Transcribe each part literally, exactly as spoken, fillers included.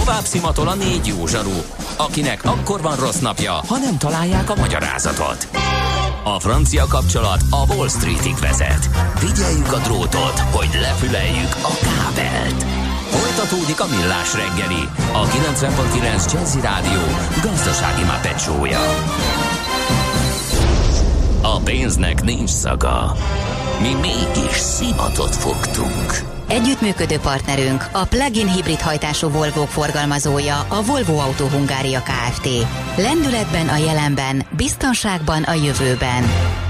Tovább szimatol a négy jó zsaru, akinek akkor van rossz napja, ha nem találják a magyarázatot. A francia kapcsolat a Wall Streetig vezet. Figyeljük a drótot, hogy lefüleljük a kábelt. Folytatódik a Millás reggeli, a kilencven pont kilenc Jazzy Rádió gazdasági mápecsója. A pénznek nincs szaga. Mi mégis szimatot fogtunk. Együttműködő partnerünk a plug-in hibrid hajtású Volvo forgalmazója, a Volvo Autó Hungária Kft. Lendületben a jelenben, biztonságban a jövőben.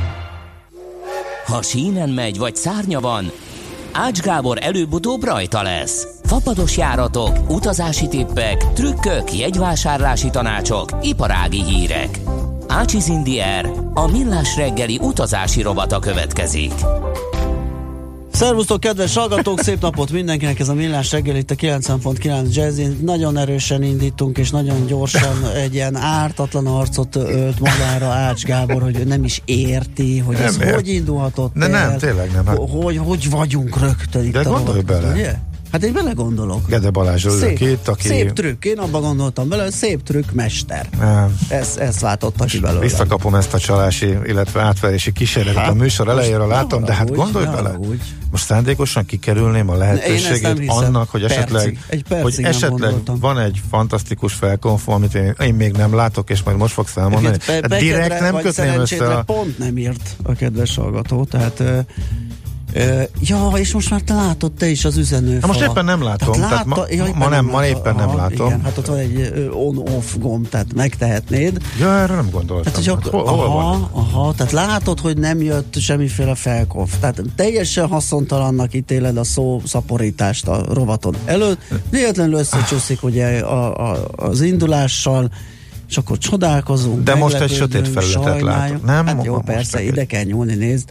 Ha sínen megy vagy szárnya van, Ács Gábor előbb-utóbb rajta lesz. Fapados járatok, utazási tippek, trükkök, jegyvásárlási tanácsok, iparági hírek. Ácsiz Indiér, a Millás reggeli utazási rovata következik. Szervusztok, kedves hallgatók, szép napot mindenkinek, ez a Millás reggel itt a kilencven pont kilenc Jazzin. Nagyon erősen indítunk, és nagyon gyorsan egy ilyen ártatlan arcot ölt magára Ács Gábor, hogy nem is érti, hogy nem ez ért. Hogy indulhatott De el, nem, tényleg nem. Hát. Hogy, hogy vagyunk rögtön itt. De gondolj bele. Ugye? Hát én bele gondolok. Gede Balázs ülök itt, aki... Szép trükk, én abban gondoltam bele, hogy szép trükk mester. Ez, ezt látotta ki belőle. Visszakapom ezt a csalási, illetve átverési kísérletet hát, a műsor elejéről látom, de hát úgy, gondolj bele, úgy. Most szándékosan kikerülném a lehetőségét annak, hogy esetleg, hogy esetleg van egy fantasztikus felkonfó, amit én, én még nem látok, és majd most fogsz elmondani. Be, be, direkt nem kötném össze a... pont nem írt a kedves hallgató, tehát... Uh, ja, és most már te látod te is az üzenőfalat. Na most éppen nem látom, tehát, tehát ma, ja, ma, nem, ma éppen nem aha, látom. Igen, hát ott van egy on-off gomb, tehát megtehetnéd. Ja, erre nem gondoltam. Tehát, hogy hát, hol, hol aha, van? aha, tehát látod, hogy nem jött semmiféle felkonf. Tehát teljesen haszontalannak ítéled a szó szaporítást a rovaton előtt. Véletlenül összecsúszik ugye a, a, az indulással, és akkor csodálkozunk. De most egy sötét felületet látok. Nem? Hát jó, persze, ide kell nyúlni, nézd.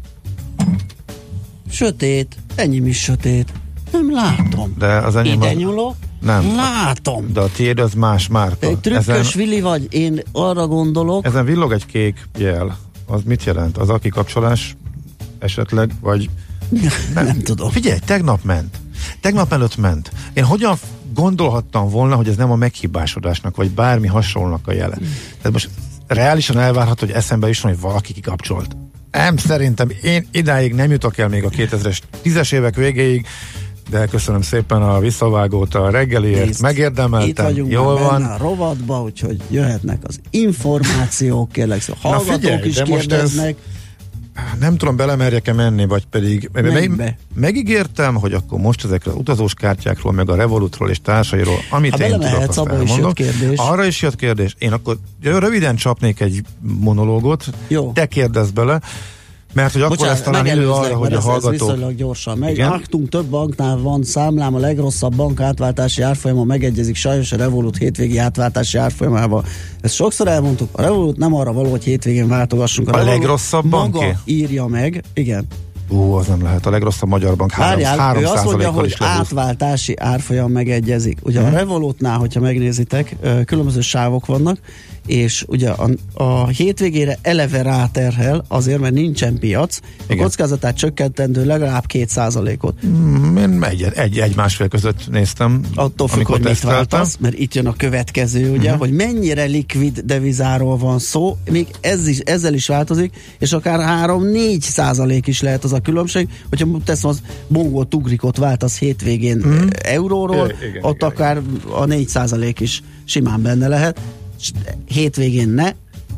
Sötét, ennyi is sötét. Nem látom. De az enyém Ide az... nyúlok? Nem. Látom. De a tiéd az más márka. Egy trükkös ezen... Vili vagy, én arra gondolok. Ezen villog egy kék jel. Az mit jelent? Az a kikapcsolás esetleg, vagy... Nem, nem tudom. Figyelj, tegnap ment. Tegnap előtt ment. Én hogyan gondolhattam volna, hogy ez nem a meghibásodásnak, vagy bármi hasonlónak a jele. Tehát most reálisan elvárható, hogy eszembe is van, hogy valaki kikapcsolt. Nem, szerintem én idáig nem jutok el még a kétezres tízes évek végéig, de köszönöm szépen a visszavágót a reggeliért, Nézd, megérdemeltem, itt vagyunk jól van. a rovatba, úgyhogy jöhetnek az információk, kérlek, szóval hallgatók figyelj, is kérdeznek. Ez, nem tudom, belemerjek-e menni, vagy pedig meg, megígértem, hogy akkor most ezekre az utazós kártyákról, meg a Revolutról és társairól, amit ha én tudok, azt elmondom. Is arra is jött kérdés. Én akkor röviden csapnék egy monológot, Jó. te kérdezz bele, mert hogy akkor lesz talán idő arra, hogy a hallgatók... Ez viszonylag gyorsan megy. Achtung, több banknál van számlám, a legrosszabb bank átváltási árfolyama megegyezik sajnos a Revolut hétvégi átváltási árfolyamával. Ezt sokszor elmondtuk, a Revolut nem arra való, hogy hétvégén váltogassunk. A, a legrosszabb bank? Maga írja meg, igen. Ú, az nem lehet. A legrosszabb magyar bank három ő azt mondja, hogy átváltási árfolyam megegyezik. Ugye hmm. a Revolutnál, hogyha megnézitek, különböző sávok vannak, és ugye a, a hétvégére eleve ráterhel, azért, mert nincsen piac, a Igen. kockázatát csökkentendő legalább két százalékot. Mm, én egy, egy, egy másfél között néztem. Attól függ, hogy mit váltasz, mert itt jön a következő, ugye, uh-huh. hogy mennyire likvid devizáról van szó, még ez is, ezzel is változik, és akár három-négy százalék is lehet az a különbség, hogyha teszem az mongol tugrikot váltasz hétvégén uh-huh. euróról, igen, igen, ott igen, akár igen. a négy százalék is simán benne lehet. Hétvégén ne,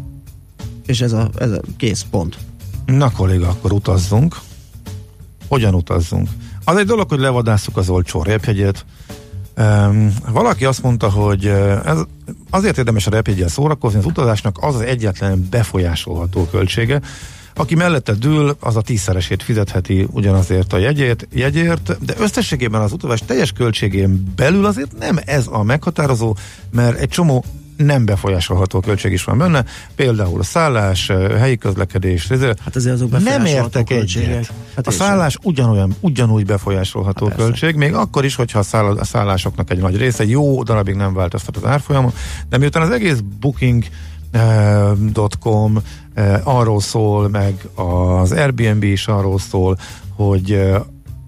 és ez a, ez a kész pont. Na kolléga, akkor utazzunk. Hogyan utazzunk? Az egy dolog, hogy levadásszuk az olcsó repjegyet. Um, valaki azt mondta, hogy ez azért érdemes a repjeggyel szórakozni, az utazásnak az az egyetlen befolyásolható költsége. Aki mellette dől, az a tízszeresét fizetheti ugyanazért a jegyért, jegyért, de összességében az utazás teljes költségén belül azért nem ez a meghatározó, mert egy csomó nem befolyásolható költség is van benne, például a szállás, helyi közlekedés, hát azért azok nem értek egyet. Hát a szállás ugyanolyan, ugyanúgy befolyásolható hát költség, még akkor is, hogyha a szállásoknak egy nagy része jó darabig nem változtat az árfolyamon, de miután az egész booking dot com arról szól, meg az Airbnb is arról szól, hogy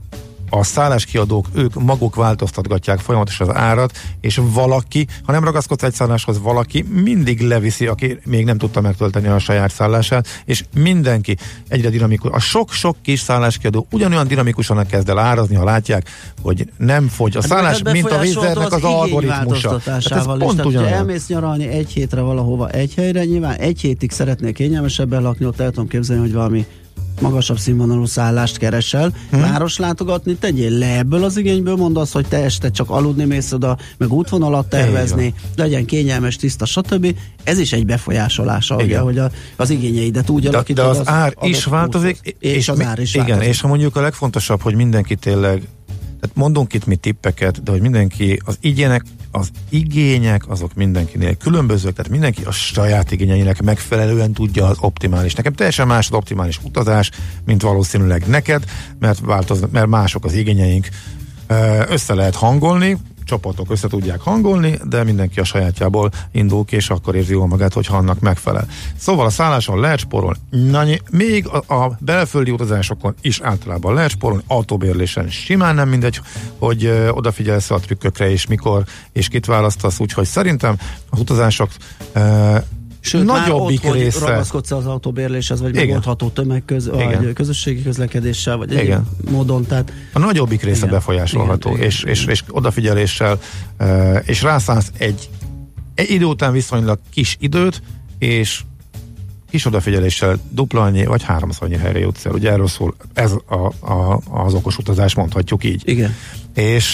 a szálláskiadók, ők maguk változtatgatják folyamatosan az árat, és valaki, ha nem ragaszkodsz egy szálláshoz, valaki mindig leviszi, aki még nem tudta megtölteni a saját szállását, és mindenki egyre dinamikus. A sok-sok kis szálláskiadó ugyanolyan dinamikusan kezd el árazni, ha látják, hogy nem fogy a szállás, hát, mint a Wizzairnek az, az algoritmusa. Hát ez pont ugyanolyan. Elmész nyaralni egy hétre valahova egy helyre, nyilván egy hétig szeretnék kényelmesebben lakni, ott el tudom képzelni, hogy valami magasabb színvonalú szállást keresel, hmm. város látogatni, tegyél le ebből az igényből, mondd azt, hogy te este csak aludni mész oda, meg útvonalat tervezni, legyen kényelmes, tiszta, stb. Ez is egy befolyásolása, ugye, hogy a, az igényeidet úgy alakítod. De, de az, az ár is változik, és, és az ár is igen, változik. És ha mondjuk a legfontosabb, hogy mindenki tényleg, tehát mondunk itt mi tippeket, de hogy mindenki az igények, az igények azok mindenkinél különbözők, tehát mindenki a saját igényeinek megfelelően tudja az optimális. Nekem teljesen más az optimális utazás, mint valószínűleg neked, mert, változ, mert mások az igényeink. Össze lehet hangolni, csapatok össze tudják hangolni, de mindenki a sajátjából indul ki, és akkor érzi jól magát, hogyha annak megfelel. Szóval a szálláson lehet spórolni, még a, a belföldi utazásokon is általában lehet spórolni, autóbérlésen simán nem mindegy, hogy ö, odafigyelsz a trükkökre, és mikor, és kit választasz, úgyhogy szerintem az utazások ö, Sőt, nagyobbik már ott, része. Ragaszkodsz az autóbérléshez, vagy megoldható tömegköz, vagy közösségi közlekedéssel, vagy egyéb módon. Tehát, a nagyobbik része igen, befolyásolható, igen, és, igen, és, és odafigyeléssel, és rászánsz egy, egy idő után viszonylag kis időt, és kis odafigyeléssel dupla annyi, vagy háromszor annyi helyre jutsz el. Ugye erről szól ez a, a, az okos utazás, mondhatjuk így. Igen. És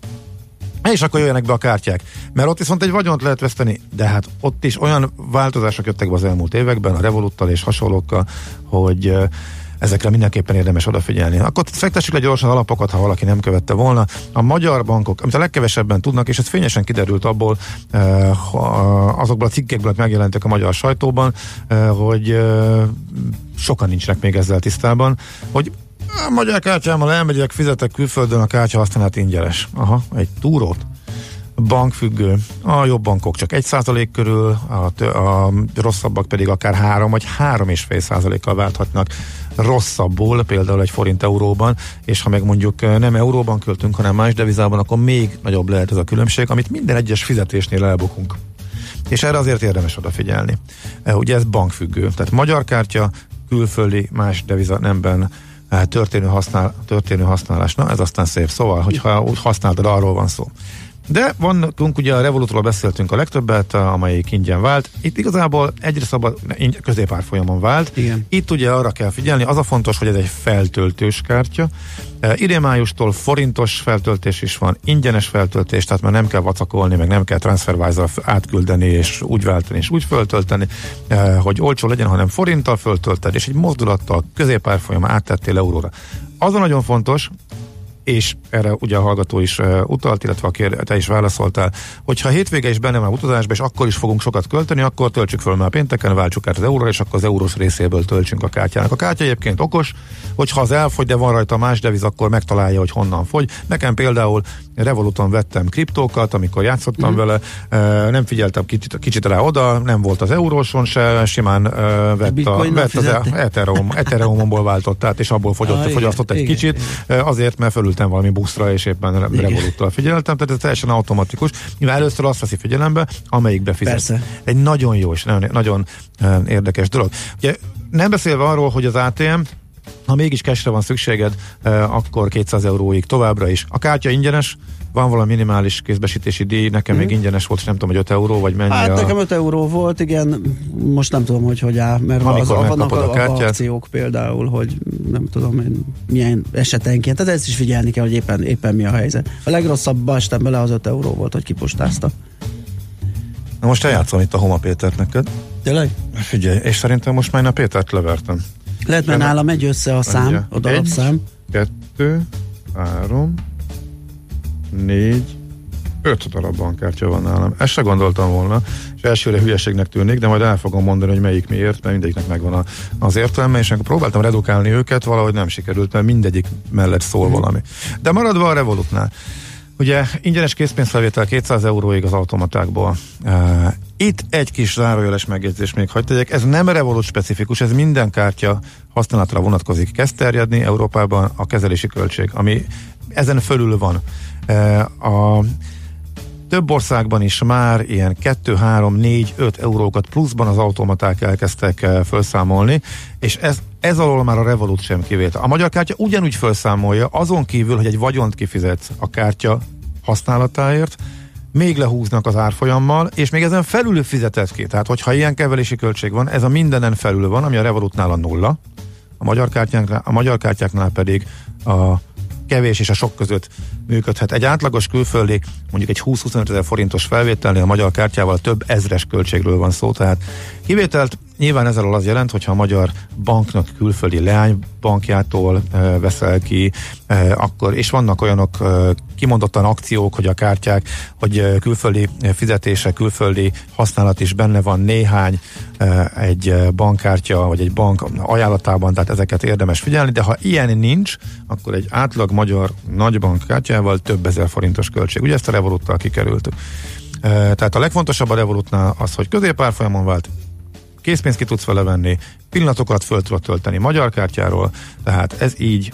és akkor jöjjenek be a kártyák. Mert ott viszont egy vagyont lehet veszteni, de hát ott is olyan változások jöttek be az elmúlt években, a Revoluttal és hasonlókkal, hogy uh, ezekre mindenképpen érdemes odafigyelni. Akkor fektessük le gyorsan alapokat, ha valaki nem követte volna. A magyar bankok, amit a legkevesebben tudnak, és ez fényesen kiderült abból, uh, azokból a cikkekből megjelentek a magyar sajtóban, uh, hogy uh, sokan nincsenek még ezzel tisztában, hogy a magyar kártyámmal elmegyek, fizetek külföldön, a kártya használat ingyenes. Aha, egy túrót. Bankfüggő. A jobb bankok csak egy százalék körül, a, a rosszabbak pedig akár három vagy három és fél százalékkal válthatnak rosszabbul, például egy forint euróban, és ha meg mondjuk nem euróban költünk, hanem más devizában, akkor még nagyobb lehet ez a különbség, amit minden egyes fizetésnél elbukunk. És erre azért érdemes odafigyelni. Ugye ez bankfüggő. Tehát magyar kártya, külföldi, más deviza nemben Történő, használ, történő használás. Na, ez aztán szép. Szóval, hogyha úgy használtad, arról van szó. De vannak, ugye a Revolutról beszéltünk a legtöbbet, amelyik ingyen vált. Itt igazából egyre szabad, középárfolyamon vált. Igen. Itt ugye arra kell figyelni, az a fontos, hogy ez egy feltöltős kártya. Idén májustól forintos feltöltés is van, ingyenes feltöltés, tehát már nem kell vacakolni, meg nem kell TransferWise-ra átküldeni, és úgy váltani, és úgy föltölteni, hogy olcsó legyen, hanem forinttal föltölted, és egy mozdulattal középárfolyamon áttettél euróra. Az a nagyon fontos, és erre ugye a hallgató is uh, utalt, illetve a kér, te is válaszoltál, hogyha hétvége is benne van utazásba, és akkor is fogunk sokat költeni, akkor töltsük föl már pénteken, váltsuk át az euróra, és akkor az eurós részéből töltsünk a kártyának. A kártya egyébként okos, hogyha az elfogy, de van rajta más deviz, akkor megtalálja, hogy honnan fogy. Nekem például Revoluton vettem kriptókat, amikor játszottam mm. vele, uh, nem figyeltem kicsit, kicsit rá oda, nem volt az euróson se, simán uh, vett, a, vett az Ethereum, Ethereumból váltott át, és abból fogyott, ah, fogyasztott egy igen, kicsit, igen. azért, mert fölültem valami buszra, és éppen Revoluttal figyeltem, tehát ez teljesen automatikus. Nyilván először azt veszi figyelembe, amelyikbe fizet. Persze. Egy nagyon jó és nagyon, nagyon uh, érdekes dolog. Ugye nem beszélve arról, hogy az á té em, ha mégis cashre van szükséged, uh, akkor kétszáz euróig továbbra is. A kártya ingyenes, van valami minimális kézbesítési díj, nekem mm. még ingyenes volt, és nem tudom, hogy öt euró, vagy mennyi. Hát a... nekem öt euró volt, igen, most nem tudom, hogy hogy áll, mert az, vannak a, a, a akciók például, hogy nem tudom én, milyen esetenként, tehát ezt is figyelni kell, hogy éppen, éppen mi a helyzet. A legrosszabb estem bele az öt euró volt, hogy kipostázta. Na most eljátszom itt a Homa Pétert neked. Tényleg? Figyelj, és szerintem most már én a Pétert levertem. Lehet, mert nála megy össze a szám, a darabszám. Kettő, három, négy, öt darab bankkártya van nálam. Ezt se gondoltam volna, és elsőre hülyeségnek tűnik, de majd el fogom mondani, hogy melyik miért, mert mindegyiknek megvan a, az értelme, és akkor próbáltam redukálni őket, valahogy nem sikerült, mert mindegyik mellett szól valami. De maradva a Revolutnál. Ugye ingyenes készpénzfelvétel kétszáz euróig az automatákból. Uh, itt egy kis zárójeles megjegyzés még hadd tegyek, ez nem Revolut specifikus, ez minden kártya használatra vonatkozik. Kezd terjedni Európában a kezelési költség, ami ezen fölül van. Uh, a több országban is már ilyen kettő, három, négy, öt eurókat pluszban az automaták elkezdtek uh, felszámolni, és ez, ez alól már a Revolut sem kivétel. A magyar kártya ugyanúgy felszámolja, azon kívül, hogy egy vagyont kifizetsz a kártya használatáért, még lehúznak az árfolyammal, és még ezen felül fizetett ki. Tehát, hogyha ilyen kevelési költség van, ez a mindenen felül van, ami a Revolutnál a nulla, a magyar kártyáknál, a magyar kártyáknál pedig a kevés és a sok között működhet. Egy átlagos külföldi, mondjuk egy húsz-huszonöt ezer forintos felvételnél a magyar kártyával több ezres költségről van szó, tehát kivételt nyilván ezzel az jelent, hogyha a magyar banknak külföldi leánybankjától e, veszel ki, e, akkor, és vannak olyanok e, kimondottan akciók, hogy a kártyák, hogy e, külföldi fizetése, külföldi használat is benne van néhány e, egy bankkártya, vagy egy bank ajánlatában, tehát ezeket érdemes figyelni, de ha ilyen nincs, akkor egy átlag magyar nagybank kártyával több ezer forintos költség. Ugye ezt a Revoluttal kikerültük. E, tehát a legfontosabb a Revolutnál az, hogy középárfolyamon vált, készpénzt ki tudsz vele venni, pillanatokat föl tudod tölteni magyar kártyáról, tehát ez így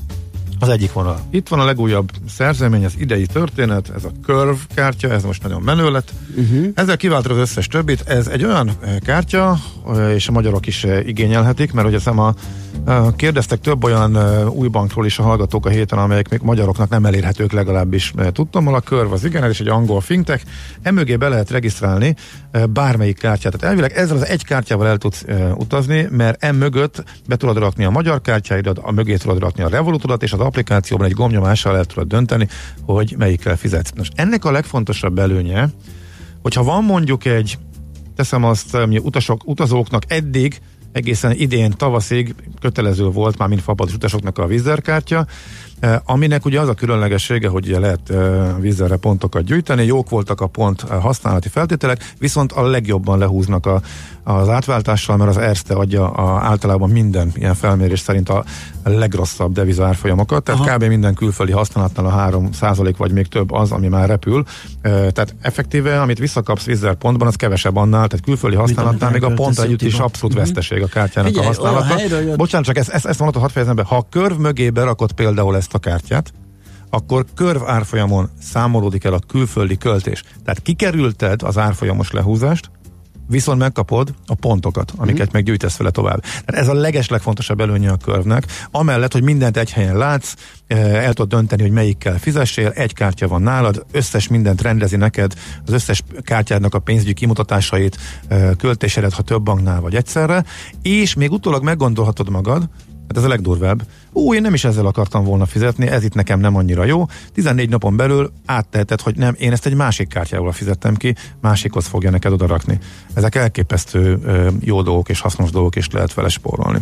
az egyik vonal. Itt van a legújabb szerzemény, az idei történet, ez a Curve kártya, ez most nagyon menő lett. Uh-huh. Ezzel kiváltod az összes többit, ez egy olyan kártya, és a magyarok is igényelhetik, mert ugye szem a kérdeztek több olyan új bankról is a hallgatók a héten, amelyek még magyaroknak nem elérhetők, legalábbis tudtam, a Curve az igen, ez is egy angol fintech, emögé be lehet regisztrálni bármelyik kártyát. Tehát elvileg ezzel az egy kártyával el tudsz utazni, mert em mögött be tudod rakni a magyar kártyáidat, a mögé tudod rakni a Revolutodat, és az applikációban egy gombnyomással el tudod dönteni, hogy melyikkel fizetsz. Most ennek a legfontosabb előnye, hogyha van mondjuk egy, teszem azt, utasok, utazóknak eddig egészen idén tavaszig kötelező volt már mind fapados utasoknak a Wizz Air kártya, aminek ugye az a különlegessége, hogy ugye lehet Wizz Airre pontokat gyűjteni, jók voltak a pont használati feltételek, viszont a legjobban lehúznak a, az átváltással, mert az Erste adja a, általában minden ilyen felmérés szerint a legrosszabb deviza árfolyamokat, tehát Aha. kb. Minden külföldi használatnál a három százalék vagy még több az, ami már repül. Tehát effektíve, amit visszakapsz Wizz Air pontban, az kevesebb annál, tehát külföldi használatnál még a pont együtt is abszolút uh-huh. veszteség a kártyának Figyelj, a használata. Bocsánat, csak ezt, ezt, ezt mondatot hadd fejezem be. Ha a Curve mögé berakod például ezt a kártyát, akkor Curve árfolyamon számolódik el a külföldi költés. Tehát kikerülted az árfolyamos lehúzást, viszont megkapod a pontokat, amiket mm. meggyűjtesz vele tovább. Tehát ez a legeslegfontosabb előnye a Curve-nek, amellett, hogy mindent egy helyen látsz, el tudod dönteni, hogy melyikkel fizessél, egy kártya van nálad, összes mindent rendezi neked, az összes kártyádnak a pénzügyi kimutatásait, költésedet, ha több banknál vagy egyszerre, és még utólag meggondolhatod magad, hát ez a legdurvább. Ú, én nem is ezzel akartam volna fizetni, ez itt nekem nem annyira jó. tizennégy napon belül átteheted, hogy nem, én ezt egy másik kártyával fizettem ki, másikhoz fogja neked odarakni. Ezek elképesztő jó dolgok és hasznos dolgok, és lehet vele spórolni.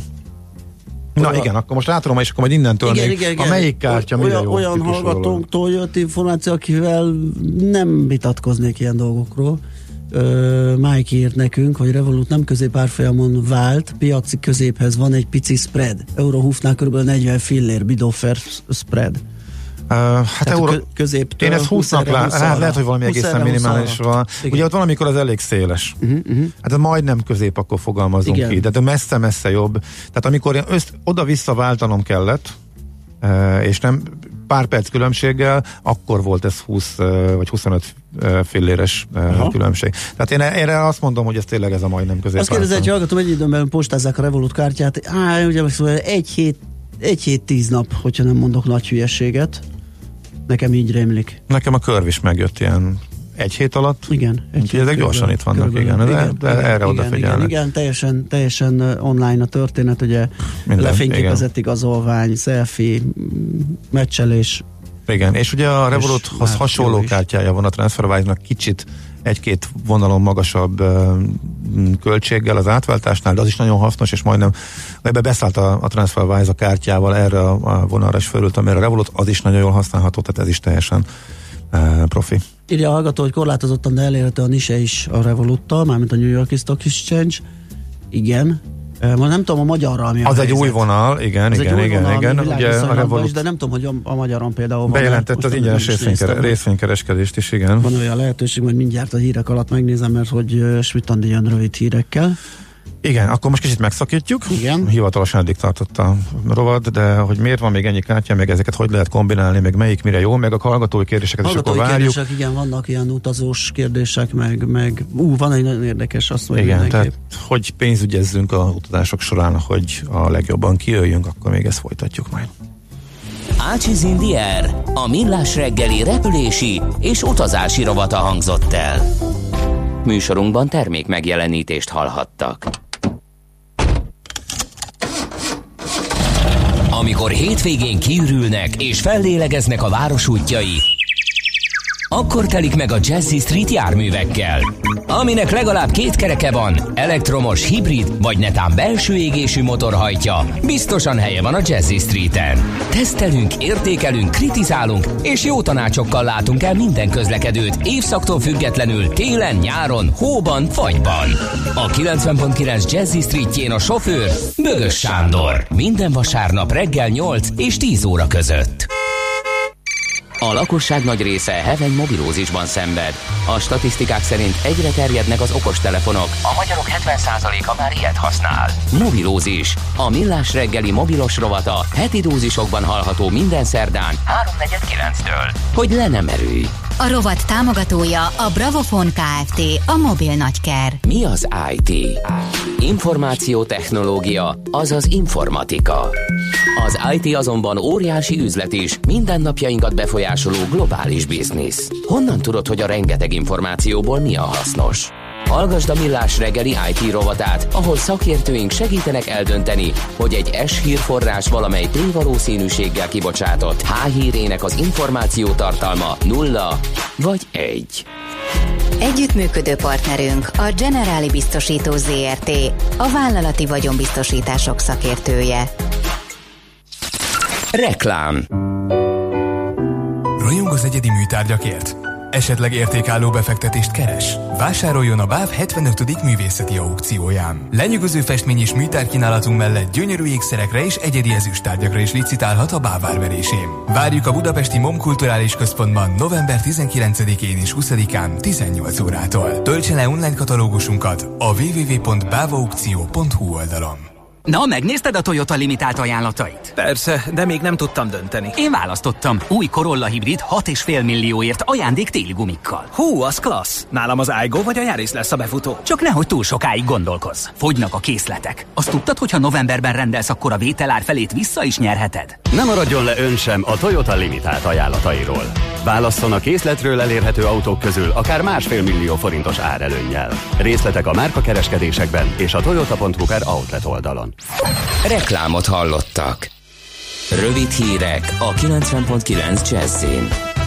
Na a... igen, akkor most átadom, és akkor majd innentől igen, még igen, igen. a melyik kártya mire jó. Olyan hallgatónktól jött információ, akivel nem vitatkoznék ilyen dolgokról. Uh, Mike írt nekünk, hogy Revolut nem középárfolyamon vált, piaci középhez van egy pici spread. Eurohufnál kb. negyven fillér bid-offer spread. Uh, hát euró... középtől én ezt húsznak lá... hát lehet, hogy valami egészen minimális van. Igen. Ugye ott valamikor az elég széles. Uh-huh, uh-huh. Hát ez majdnem közép, akkor fogalmazunk Igen. ki. De, de messze-messze jobb. Tehát amikor én össz... oda-vissza váltanom kellett, uh, és nem pár perc különbséggel, akkor volt ez húsz vagy huszonöt filléres Aha. különbség. Tehát én erre azt mondom, hogy ez tényleg ez a majdnem közép. Azt kérdezett, hogy hallgatom, egy időben postázzák a Revolut kártyát. Á, ugye egy hét, egy hét tíz nap, hogyha nem mondok nagy hülyeséget. Nekem így rémlik. Nekem a Curve is megjött ilyen egy hét alatt. Igen. Egy hét ezek gyorsan itt vannak, igen. igen, igen, de igen erre odafigyelnek. Igen, igen, teljesen, teljesen online a történet, ugye lefényképezett igazolvány, selfie, meccselés. Igen, és ugye a Revoluthoz hasonló kártyája van a TransferWise-nak, kicsit egy-két vonalon magasabb uh, költséggel az átváltásnál, de az is nagyon hasznos, és majdnem ebbe beszállt a, a TransferWise a kártyával erre a, a vonalra is fölült, amire a Revolut az is nagyon jól használható, tehát ez is teljesen uh, profi. Írja a hallgató, hogy korlátozottan, de elérhető a nise is a Revoluttal, mármint a New York Stock Exchange. Igen. Ma nem tudom a magyarra, ami az a egy helyzet. új vonal, igen, az igen, igen, vonal, igen. Ugye a Revolut... is, de nem tudom, hogy a, a magyaron például bejelentett az ingyenes részvényker, részvénykereskedést is, igen. Van olyan lehetőség, hogy mindjárt a hírek alatt megnézem, mert hogy Schmidt-Andi jön rövid hírekkel. Igen, akkor most kicsit megszakítjuk. Igen. Hivatalosan eddig tartott a rovat, de hogy miért van még ennyi kártya, meg ezeket hogy lehet kombinálni, meg melyik mire jó, meg a hallgatói kérdéseket is akkor várjuk. Kérdések, igen, vannak ilyen utazós kérdések, meg, meg ú, van egy nagyon érdekes, azt mondja. Igen, mindenképp. Tehát hogy pénzügyezzünk a utazások során, hogy a legjobban kijöjjünk, akkor még ezt folytatjuk majd. Ácsiz in the Air, a millás reggeli repülési és utazási rovata hangzott el. Műsorunkban termék megjelenítést hallhattak. Amikor hétvégén kiürülnek és fellélegeznek a város útjai, akkor telik meg a Jazzy Street járművekkel, aminek legalább két kereke van, elektromos, hibrid vagy netán belső égésű motor hajtja. Biztosan helye van a Jazzy Streeten. Tesztelünk, értékelünk, kritizálunk és jó tanácsokkal látunk el minden közlekedőt évszaktól függetlenül télen, nyáron, hóban, fagyban. A kilencven pont kilenc Jazzy Streetjén a sofőr Bögös Sándor. Minden vasárnap reggel nyolc és tíz óra között. A lakosság nagy része heveny mobilózisban szenved. A statisztikák szerint egyre terjednek az okostelefonok. A magyarok hetven százaléka már ilyet használ. Mobilózis. A millás reggeli mobilos rovata heti dózisokban hallható minden szerdán háromnegyed kilenctől. Hogy le nem erőj. A rovat támogatója a Bravofon Kft. A mobil nagyker. Mi az i té? Információtechnológia, azaz informatika. Az i té azonban óriási üzlet is, mindennapjainkat befolyásoló globális biznisz. Honnan tudod, hogy a rengeteg információból mi a hasznos? Hallgasd a Millás reggeli i té rovatát, ahol szakértőink segítenek eldönteni, hogy egy S-hírforrás valamely P-valószínűséggel kibocsátott H-hírének az információ tartalma nulla vagy egy. Együttműködő partnerünk a Generáli Biztosító zé er té, a vállalati vagyonbiztosítások szakértője. Reklám. Rajong az egyedi műtárgyakért? Esetleg értékálló befektetést keres? Vásároljon a báv hetvenötödik művészeti aukcióján. Lenyűgöző festmény és műtárkínálatunk mellett gyönyörű ékszerekre és egyedi ezüsttárgyakra is licitálhat a báv árverésén. Várjuk a budapesti MOM Kulturális Központban november tizenkilencedikén és huszadikán tizennyolc órától. Töltse le online katalógusunkat a double-u double-u double-u pont báv aukció pont hu oldalon. Na, megnézted a Toyota limitált ajánlatait? Persze, de még nem tudtam dönteni. Én választottam. Új Corolla hibrid hat egész öt millióért ajándék téli gumikkal. Hú, az klassz! Nálam az Aygo vagy a Yaris lesz a befutó. Csak nehogy túl sokáig gondolkozz. Fogynak a készletek. Azt tudtad, hogy ha novemberben rendelsz, akkor a vételár felét vissza is nyerheted? Ne maradjon le ön sem a Toyota limitált ajánlatairól. Válasszon a készletről elérhető autók közül akár másfél millió forintos árelőnnyel. Részletek a márkakereskedésekben és a toyota pont hu per outlet oldalon. Reklámot hallottak. Rövid hírek a kilencven pont kilenc Jazzin.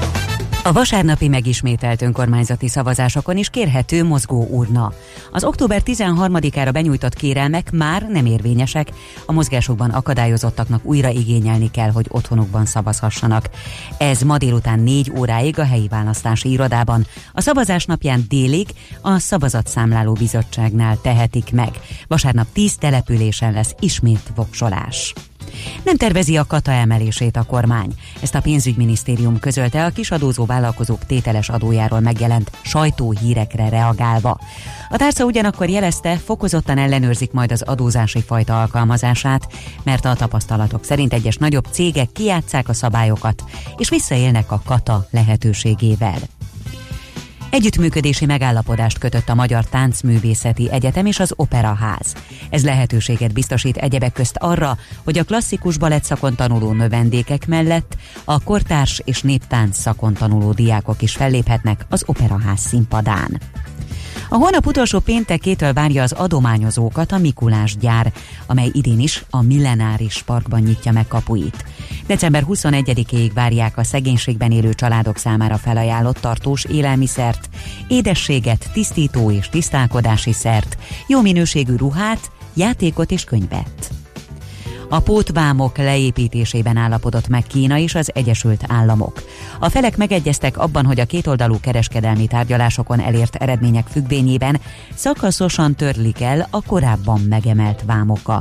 A vasárnapi megismételt önkormányzati szavazásokon is kérhető mozgó urna. Az október tizenharmadikára benyújtott kérelmek már nem érvényesek, a mozgásokban akadályozottaknak újra igényelni kell, hogy otthonukban szavazhassanak. Ez ma délután négy óráig a helyi választási irodában, a szavazás napján délig a Szavazatszámláló Bizottságnál tehetik meg. Vasárnap tíz településen lesz ismét voksolás. Nem tervezi a kata emelését a kormány. Ezt a pénzügyminisztérium közölte a kisadózó vállalkozók tételes adójáról megjelent sajtóhírekre reagálva. A tárca ugyanakkor jelezte, fokozottan ellenőrzik majd az adózási fajta alkalmazását, mert a tapasztalatok szerint egyes nagyobb cégek kijátsszák a szabályokat, és visszaélnek a kata lehetőségével. Együttműködési megállapodást kötött a Magyar Táncművészeti Egyetem és az Operaház. Ez lehetőséget biztosít egyebek közt arra, hogy a klasszikus balett szakon tanuló növendékek mellett a kortárs és néptánc szakon tanuló diákok is felléphetnek az Operaház színpadán. A hónap utolsó péntekétől várja az adományozókat a Mikulás gyár, amely idén is a Millenáris Parkban nyitja meg kapuit. december huszonegyedikéig várják a szegénységben élő családok számára felajánlott tartós élelmiszert, édességet, tisztító és tisztálkodási szert, jó minőségű ruhát, játékot és könyvet. A pótvámok leépítésében állapodott meg Kína és az Egyesült Államok. A felek megegyeztek abban, hogy a kétoldalú kereskedelmi tárgyalásokon elért eredmények függvényében szakaszosan törlik el a korábban megemelt vámokat.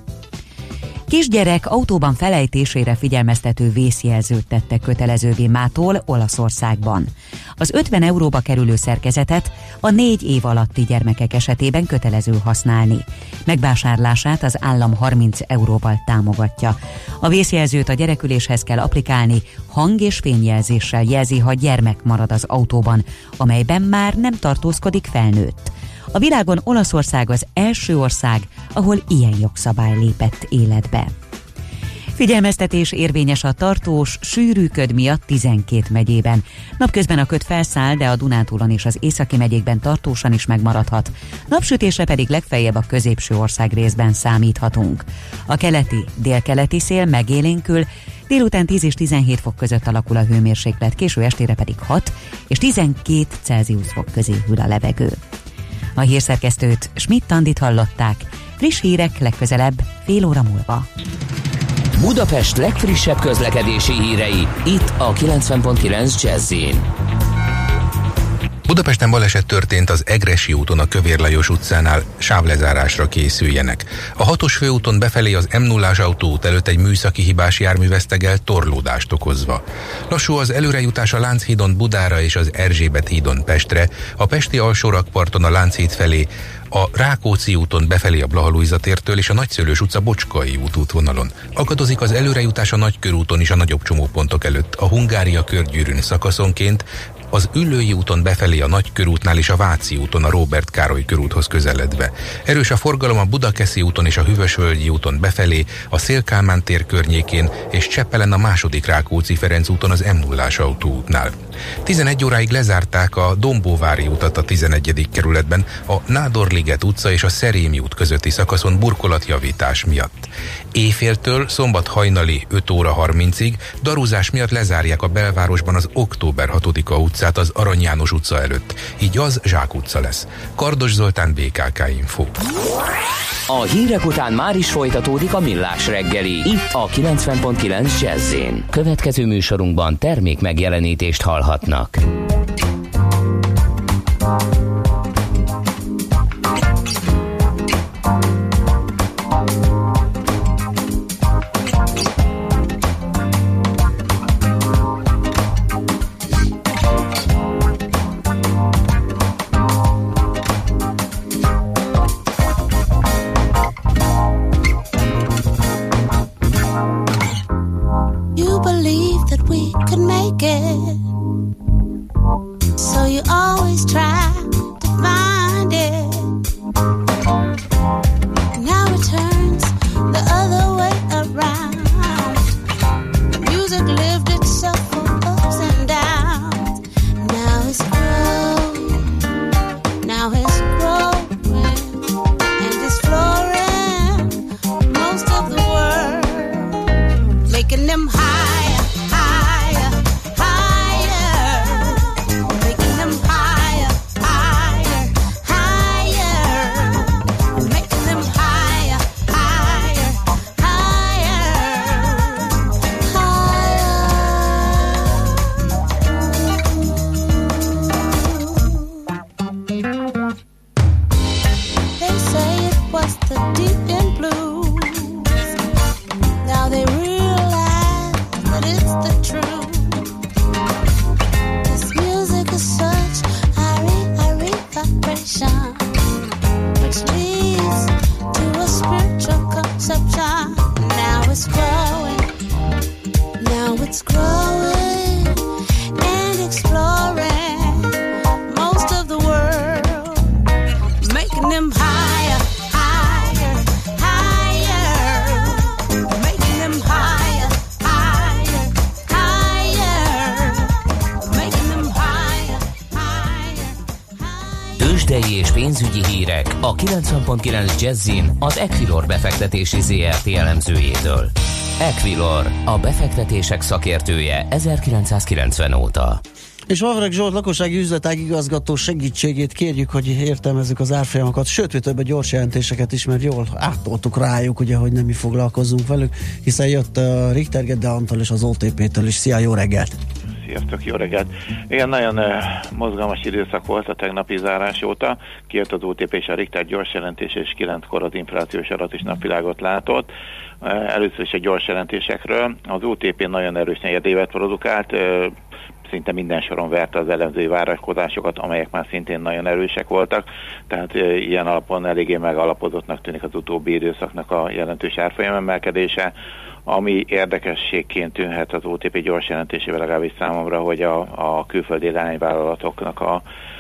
Kisgyerek autóban felejtésére figyelmeztető vészjelzőt tettek kötelezővé mától Olaszországban. Az ötven euróba kerülő szerkezetet a négy év alatti gyermekek esetében kötelező használni. Megvásárlását az állam harminc euróval támogatja. A vészjelzőt a gyereküléshez kell applikálni, hang- és fényjelzéssel jelzi, ha gyermek marad az autóban, amelyben már nem tartózkodik felnőtt. A világon Olaszország az első ország, ahol ilyen jogszabály lépett életbe. Figyelmeztetés érvényes a tartós, sűrű köd miatt tizenkét megyében. Napközben a köd felszáll, de a Dunántúlon és az északi megyékben tartósan is megmaradhat. Napsütésre pedig legfeljebb a középső ország részben számíthatunk. A keleti, délkeleti szél megélénkül, délután tíz és tizenhét fok között alakul a hőmérséklet, késő estére pedig hat és tizenkét Celsius fok közé hűl a levegő. A hírszerkesztőt, Schmidt-Tandit hallották. Friss hírek legközelebb fél óra múlva. Budapest legfrissebb közlekedési hírei, itt a kilencven pont kilenc Jazz-in. Budapesten baleset történt az Egressy úton a Kövér Lajos utcánál, sávlezárásra készüljenek. A hatos főúton befelé az em nullás autóút előtt egy műszaki hibás jármű vesztegel, torlódást okozva. Lassú az előrejutás a Lánchídon Budára és az Erzsébet hídon Pestre, a pesti alsórakparton a Lánchíd felé, a Rákóczi úton befelé a Blaha Lujza tértől és a Nagyszőlős utca Bocskai út útvonalon. Akadozik az előrejutás a Nagykörúton is a nagyobb csomópontok előtt, a Hungária körgyűrűn szakaszonként, az Üllői úton befelé a Nagykörútnál és a Váci úton a Róbert Károly körúthoz közeledve. Erős a forgalom a Budakeszi úton és a Hűvösvölgyi úton befelé, a Széll-Kálmán tér környékén és Cseppelen a második Rákóczi-Ferenc úton az em nullás autóútnál. tizenegy óráig lezárták a Dombóvári utat a tizenegyedik kerületben a Nádorliget utca és a Szerémi út közötti szakaszon burkolatjavítás miatt. Éjféltől szombat hajnali öt óra harmincig darúzás miatt lezárják a belvárosban az Október hatodika utcát az Arany János utca előtt, így az Zsák utca lesz. Kardos Zoltán, bé ká ká Info. A hírek után már is folytatódik a Millás reggeli, itt a kilencven pont kilenc Jazz-in. Következő műsorunkban termék megjelenítést hallhatnak. És pénzügyi hírek a kilencven pont kilenc Jazz-in az Equilor befektetési zé er té elemzőjétől. Equilor, a befektetések szakértője ezerkilencszázkilencven óta. És Vavreg Zsolt lakossági üzletág igazgató segítségét kérjük, hogy értelmezzük az árfolyamokat, sőt, több a gyors jelentéseket is, mert jól áttoltuk rájuk, ugye, hogy nem mi foglalkozunk velük, hiszen jött a Richter Gede Antal és az o té pé-től is. Szia, jó reggelt! Sziasztok, jó reggelt! Igen, nagyon uh, mozgalmas időszak volt a tegnapi zárás óta. Kijött az o té pé és a Richter gyors jelentés, és kilenckor az inflációs adat is napvilágot látott. Uh, először is a gyors jelentésekről. Az o té pé nagyon erős negyedévet produkált, uh, szinte minden soron verte az elemzői várakozásokat, amelyek már szintén nagyon erősek voltak, tehát e, ilyen alapon eléggé megalapozottnak tűnik az utóbbi időszaknak a jelentős árfolyam emelkedése. Ami érdekességként tűnhet az o té pé gyors jelentésével legalábbis számomra, hogy a, a külföldi lányvállalatoknak a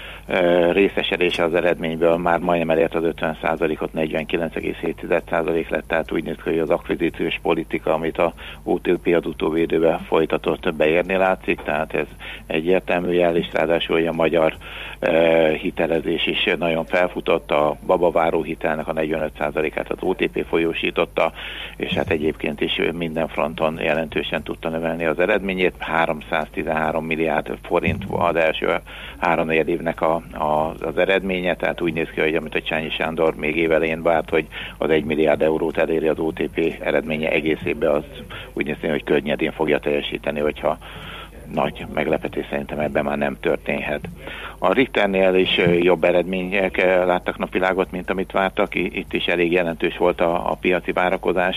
e, részesedése az eredményből már majdnem elért az ötven százalékot, negyvenkilenc egész hét százalék lett, tehát úgy néz ki, hogy az akvizíciós politika, amit a o té pé az utóbbi időben folytatott, beérni látszik, tehát ez egyértelmű jel, és ráadásul, hogy a magyar e, hitelezés is nagyon felfutott, a babaváró hitelnek a negyvenöt százalékát az o té pé folyósította, és hát egyébként is minden fronton jelentősen tudta növelni az eredményét, háromszáztizenhárom milliárd forint az első három négy évnek a, a, az eredménye, tehát úgy néz ki, hogy amit a Csányi Sándor még évelején várt, hogy az egy milliárd eurót eléri az o té pé eredménye egész évben, az úgy néz ki, hogy könnyedén fogja teljesíteni, hogyha nagy meglepetés szerintem ebben már nem történhet. A Richternél is jobb eredmények láttak napvilágot, mint amit vártak. Itt is elég jelentős volt a, a piaci várakozás.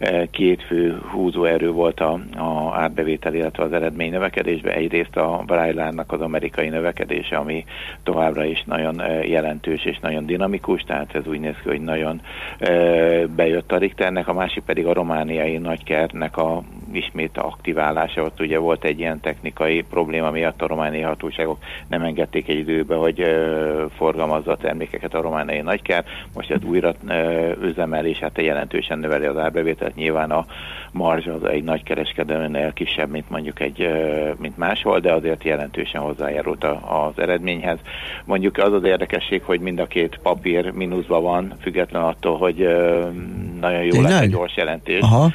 Két fő húzóerő volt a, a árbevétel, illetve az eredmény növekedésben. Egyrészt a Braillárnak az amerikai növekedése, ami továbbra is nagyon jelentős és nagyon dinamikus, tehát ez úgy néz ki, hogy nagyon bejött a Richternek, a másik pedig a romániai nagykernek a ismét aktiválása. Ott ugye volt egy ilyen technikai probléma miatt, a romániai hatóságok nem engedték egy időbe, hogy ö, forgalmazza a termékeket a romániai nagyker. Most ez újra ö, üzemel, és hát jelentősen növeli az árbevételt. Nyilván a marzs az egy nagy kereskedelménél kisebb, mint mondjuk egy, ö, mint máshol, de azért jelentősen hozzájárult a, az eredményhez. Mondjuk az az érdekesség, hogy mind a két papír mínuszban van, független attól, hogy ö, nagyon jó lesz a gyors jelentés. Aha.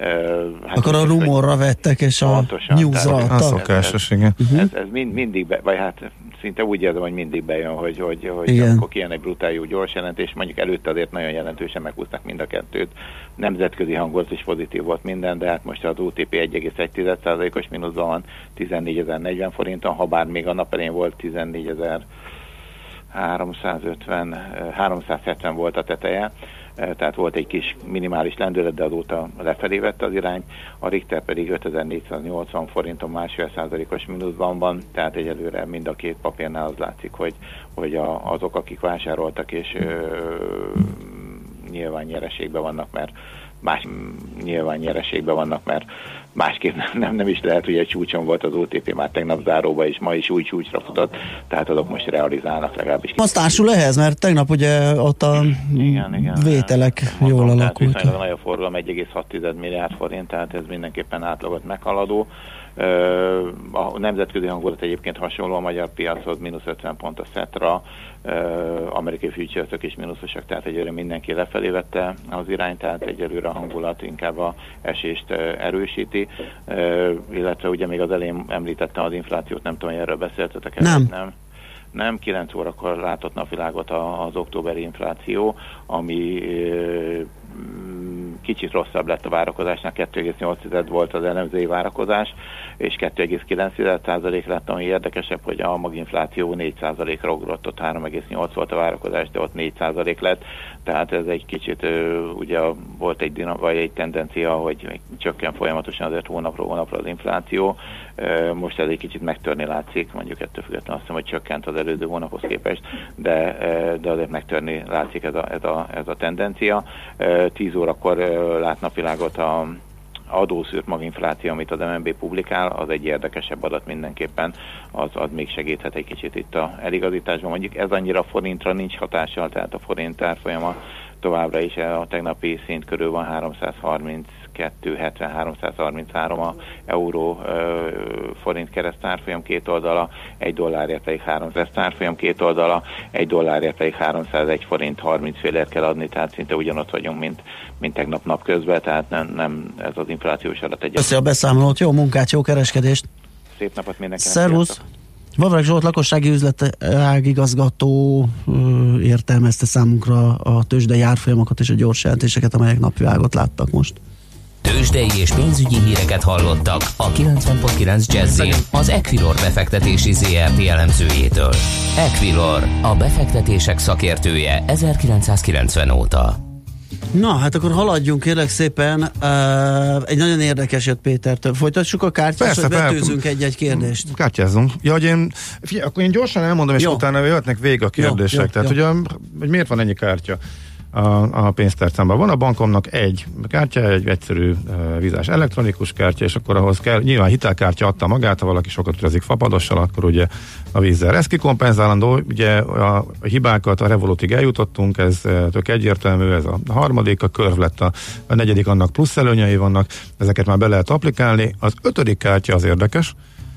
Hát akkor a rumorra vettek, és a newsra adtak. A szokásos, igen. Ez, ez, ez mind, mindig, be, vagy hát szinte úgy érzem, hogy mindig bejön, hogy, hogy, hogy amikor kijön egy brutál jó gyors jelentés, mondjuk előtte azért nagyon jelentősen meghúztak mind a kettőt. Nemzetközi hangulat is pozitív volt minden, de hát most az o té pé egy egész egy százalékos mínuszban van tizennégyezer-negyven forinton, ha bár még a nap elején volt tizennégyezer-háromszázötven, háromszázhetven volt a teteje, tehát volt egy kis minimális lendület, de azóta lefelé vette az irány. A Richter pedig ötezer-négyszáznyolcvan forinton másfél százalékos mínuszban van, tehát egyelőre mind a két papírnál az látszik, hogy, hogy a, azok, akik vásároltak, és ö, nyilván nyereségben vannak, mert más nyilván nyereségben vannak, mert másképp nem, nem, nem is lehet, hogy egy csúcson volt az o té pé már tegnap záróba, és ma is új csúcsra futott, tehát azok most realizálnak legalábbis. Az társul ehhez, mert tegnap ugye ott a igen, igen, vételek igen, jól mondom, alakultak. Tehát nagy a forgalom, egy egész hat milliárd forint, tehát ez mindenképpen átlagot meghaladó. A nemzetközi hangulat egyébként hasonló a magyar piachoz, mínusz ötven pont a Szetra, amerikai future-ök is mínuszosak, tehát egyelőre mindenki lefelé vette az irányt, tehát egyelőre a hangulat inkább a esést erősíti, illetve ugye még az elején említettem az inflációt, nem tudom, hogy erről beszéltetek. Nem. nem. Nem, kilenc órakor látott napvilágot az októberi infláció, ami kicsit rosszabb lett a várakozásnak, kettő egész nyolc volt az elemzői várakozás, és kettő egész kilenc százalék lett, ami érdekesebb, hogy a maginfláció négy százalékra ugrott, ott három egész nyolc volt a várakozás, de ott négy százalék lett, tehát ez egy kicsit, ugye volt egy, vagy egy tendencia, hogy csökken folyamatosan azért hónapról hónapra az infláció, most ez egy kicsit megtörni látszik, mondjuk ettől függetlenül azt hiszem, hogy csökkent az előző hónaphoz képest, de, de azért megtörni látszik ez a, ez a, ez a tendencia. tíz órakor lát napvilágot a adószűrt maginfláció, amit az em en bé publikál, az egy érdekesebb adat mindenképpen, az, az még segíthet egy kicsit itt a eligazításban. Mondjuk ez annyira forintra nincs hatással, tehát a forint árfolyama továbbra is a tegnapi szint körül van, háromszázharminckettő hetven háromszázharminchárom a euró ö, forint keresztárfolyam két oldala, egy dollárért pedig háromszáz árfolyam két oldala, egy dollárért pedig háromszázegy forint harminc félért kell adni, tehát szinte ugyanott vagyunk, mint, mint tegnap napközben, tehát nem, nem ez az inflációs adat egy. Köszi a beszámolót, jó munkát, jó kereskedést! Szép napot mindenkinek! Szervusz! Vavreg Zsolt lakossági üzletágigazgató értelmezte számunkra a tőzsdei árfolyamokat és a gyors jelentéseket, amelyek napvilágot láttak most. Tőzsdei és pénzügyi híreket hallottak a kilencven pont kilenc Jazzin az Equilor befektetési zé er té elemzőjétől. Equilor, a befektetések szakértője ezerkilencszázkilencven óta. Na, hát akkor haladjunk, kérlek szépen. Uh, egy nagyon érdekes jött Pétertől. Folytassuk a kártyát, vagy betűzünk egy-egy kérdést? Kártyázzunk. Ja, hogy én, figyelj, akkor én gyorsan elmondom, és jó. Utána jöhetnek végig a kérdések. Jó, jó, Tehát, jó. Hogy, hogy miért van ennyi kártya a, a pénztárcámban? Van a bankomnak egy kártya, egy egyszerű uh, vizás elektronikus kártya, és akkor ahhoz kell, nyilván hitelkártya adta magát, ha valaki sokat utazik fapadossal, akkor ugye a vízzel. Ez kikompenzálandó, ugye a, a hibákat a Revolutig eljutottunk, ez tök egyértelmű, ez a harmadik, a Curve lett a, a negyedik, annak plusz előnyei vannak, ezeket már be lehet applikálni. Az ötödik kártya az érdekes,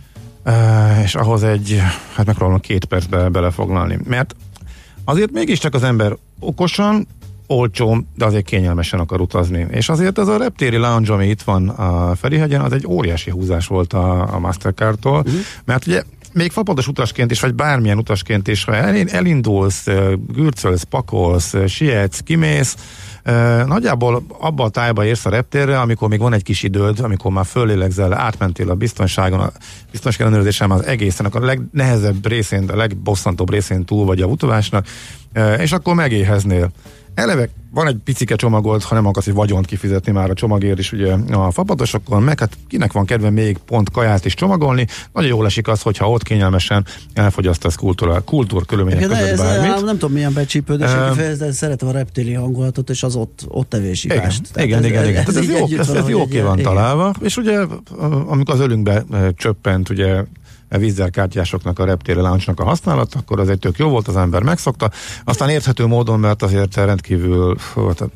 uh, és ahhoz egy, hát megpróbálom két percbe belefoglalni, mert azért mégiscsak az ember okosan, olcsó, de azért kényelmesen akar utazni. És azért ez a reptéri lounge, ami itt van a Ferihegyen, az egy óriási húzás volt a, a Mastercardtól, uh-huh. mert ugye még fapados utasként is, vagy bármilyen utasként is, ha elindulsz, gürcölsz, pakolsz, sietsz, kimész, nagyjából abba a tájba érsz a reptérre, amikor még van egy kis időd, amikor már fölélegzel, átmentél a biztonságon, a biztonság ellenőrzésen az egészen, akkor a legnehezebb részén, a legbosszantóbb részén túl vagy a utolásnak, és akkor megéheznél. Eleve van egy picike csomagolt, ha nem akarsz egy vagyont kifizetni már a csomagért is ugye a fapadosokon, meg hát kinek van kedve még pont kaját is csomagolni, nagyon jól esik az, hogyha ott kényelmesen elfogyasztasz kultúra, kultúrkörülmények között ez bármit. Nem, nem tudom milyen becsípődés, uh, kifejez, de szeretem a reptéri hangulatot és az ott, ott tevésikást. Igen, igen, ez, igen, igen. Ez, ez, ez, jó, ez, ez jó ki van igen. találva, és ugye amikor az ölünkbe csöppent ugye vízzelkártyásoknak, a reptéri lounge-nak a használat, akkor az egy tök jó volt, az ember megszokta. Aztán érthető módon, mert azért rendkívül fú, tehát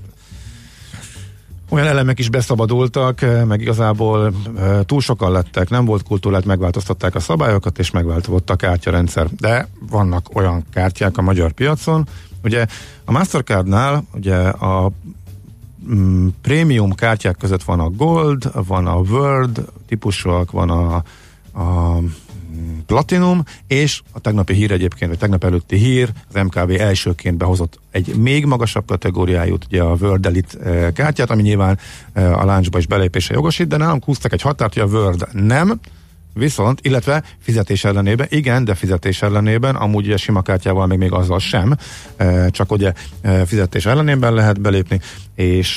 olyan elemek is beszabadultak, meg igazából túl sokan lettek, nem volt kultúrát, megváltoztatták a szabályokat, és megváltozott a kártyarendszer. De vannak olyan kártyák a magyar piacon, ugye a Mastercardnál ugye a mm, prémium kártyák között van a Gold, van a World típusúak, van a, a Platinum, és a tegnapi hír egyébként, vagy tegnap előtti hír, az em ká bé elsőként behozott egy még magasabb kategóriájú, ugye a World Elite kártyát, ami nyilván a lounge-ba is belépése jogosít, de nálunk húztak egy határt, hogy a World nem, viszont, illetve fizetés ellenében, igen, de fizetés ellenében, amúgy ugye sima kártyával még, még azzal sem, csak ugye fizetés ellenében lehet belépni, és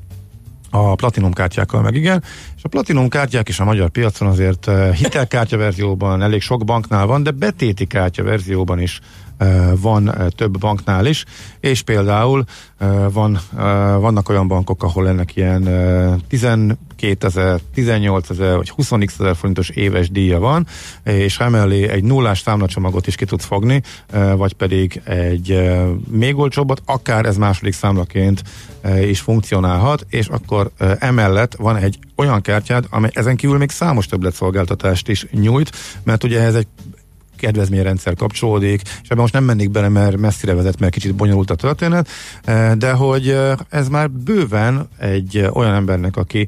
a Platinum kártyákkal meg igen, és a Platinum kártyák is a magyar piacon azért uh, hitelkártya verzióban elég sok banknál van, de betéti kártya verzióban is uh, van uh, több banknál is, és például uh, van, uh, vannak olyan bankok, ahol ennek ilyen uh, tizenkétezer, tizennyolcezer vagy huszonötezer forintos éves díja van, és emellé egy nullás számlacsomagot is ki tudsz fogni, uh, vagy pedig egy uh, még olcsóbbat, akár ez második számlaként uh, is funkcionálhat, és akkor uh, emellett van egy olyan kártyád, amely ezen kívül még számos többletszolgáltatást is nyújt, mert ugye ez egy kedvezményrendszer kapcsolódik, és ebben most nem mennék bele, mert messzire vezet, mert kicsit bonyolult a történet, de hogy ez már bőven egy olyan embernek, aki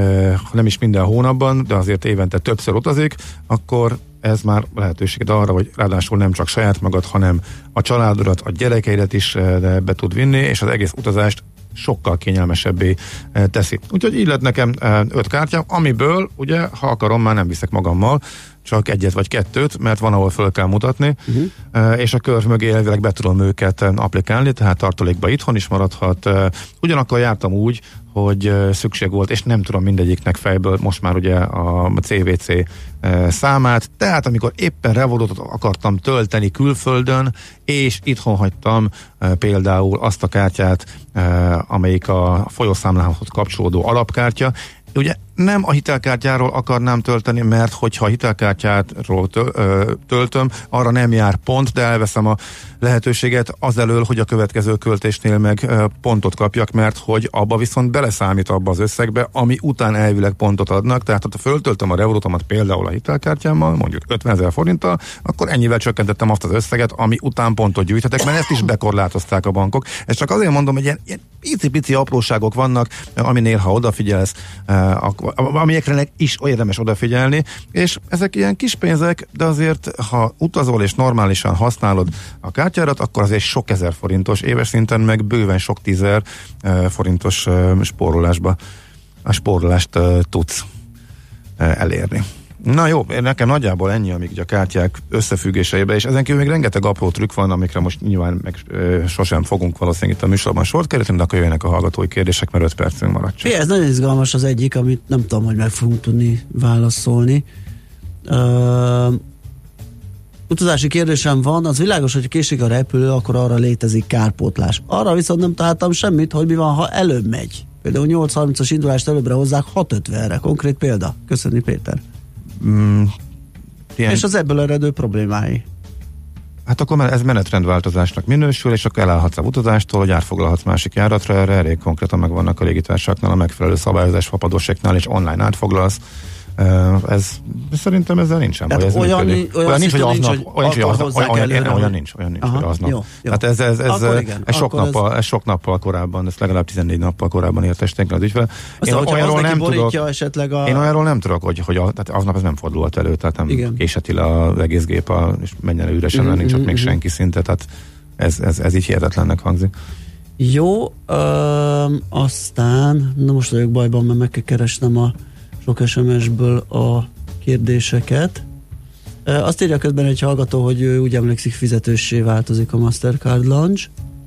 nem is minden hónapban, de azért évente többször utazik, akkor ez már lehetőséged arra, hogy ráadásul nem csak saját magad, hanem a családodat, a gyerekeidet is be tud vinni, és az egész utazást sokkal kényelmesebbé teszi. Úgyhogy így lett nekem öt kártya, amiből ugye, ha akarom, már nem viszek magammal, csak egyet vagy kettőt, mert van, ahol föl kell mutatni, uh-huh. és a kör mögé elvileg be tudom őket applikálni, tehát tartalékba itthon is maradhat. Ugyanakkor jártam úgy, hogy szükség volt, és nem tudom mindegyiknek fejből most már ugye a cé vé cé számát, tehát amikor éppen Revolutot akartam tölteni külföldön, és itthon hagytam például azt a kártyát, amelyik a folyószámlához kapcsolódó alapkártya, ugye nem a hitelkártyáról akarnám tölteni, mert hogyha a hitelkártyáról töltöm, arra nem jár pont, de elveszem a lehetőséget azelől, hogy a következő költésnél meg pontot kapjak, mert hogy abba viszont beleszámít abba az összegbe, ami után elvileg pontot adnak, tehát ha föltöltöm a Revolutomat például a hitelkártyámmal, mondjuk ötvenezer forinttal, akkor ennyivel csökkentettem azt az összeget, ami után pontot gyűjthetek, mert ezt is bekorlátozták a bankok. Ezt csak azért mondom, hogy ilyen, ilyen pici-pici apróságok vannak, aminél ha odafigyelsz, amikre is érdemes odafigyelni, és ezek ilyen kis pénzek, de azért, ha utazol és normálisan használod a kártyárat, akkor azért sok ezer forintos, éves szinten meg bőven sok tízer forintos spórolásba, a spórolást tudsz elérni. Na jó, nekem nagyjából ennyi, amíg a kártyák összefüggéseibe, és ezen kívül még rengeteg apró trükk van, amikre most nyilván meg ö, sosem fogunk valószínűleg itt a műsorban sort kerülni, de akkor jöjjenek a hallgatói kérdések, mert öt percünk maradt csak. Ez nagyon izgalmas az egyik, amit nem tudom, hogy meg fogunk tudni válaszolni. Uh, utazási kérdésem van, az világos, hogy késik a repülő, akkor arra létezik kárpótlás. Arra viszont nem találtam semmit, hogy mi van, ha előbb megy. Például nyolc harmincas indulást előbbre hozzák hat ötvenre. Konkrét példa. Köszönni, Péter. Mm, ilyen... És az ebből eredő problémái. Hát akkor ez menetrendváltozásnak minősül, és akkor elállhatsz a utazástól, hogy átfoglalhatsz másik járatra, erre elég konkrétan megvannak a légitársaságnál, a megfelelő szabályozás fapadoséknál, és online átfoglalsz. Ez szerintem ezzel nincsen baj. Ez olyan, olyan, olyan nincs, hogy aznap, nincs, olyan, hogy aznap, olyan, olyan, olyan nincs, olyan nincs, hogy aznap. Jó, jó. Hát ez, ez, ez, igen, ez, sok nappal, ez... ez sok nappal korábban, ez legalább tizennégy nappal korábban értesítenek az ügyfele. Én olyanról nem tudok, esetleg a... én olyanról nem tudok, hogy, hogy a, tehát aznap ez nem fordulhat elő, tehát nem igen. Késheti le az egész gép, a, és menjen üresen, mm-hmm, nincs ott még mm-hmm. senki szinte, tehát ez, ez, ez így hihetetlennek hangzik. Jó, öm, aztán, na most vagyok bajban, mert meg kell keresnem a sok es em es-ből a kérdéseket. E, azt írja közben egy hallgató, hogy ő úgy emlékszik, fizetőssé változik a Mastercard Lounge.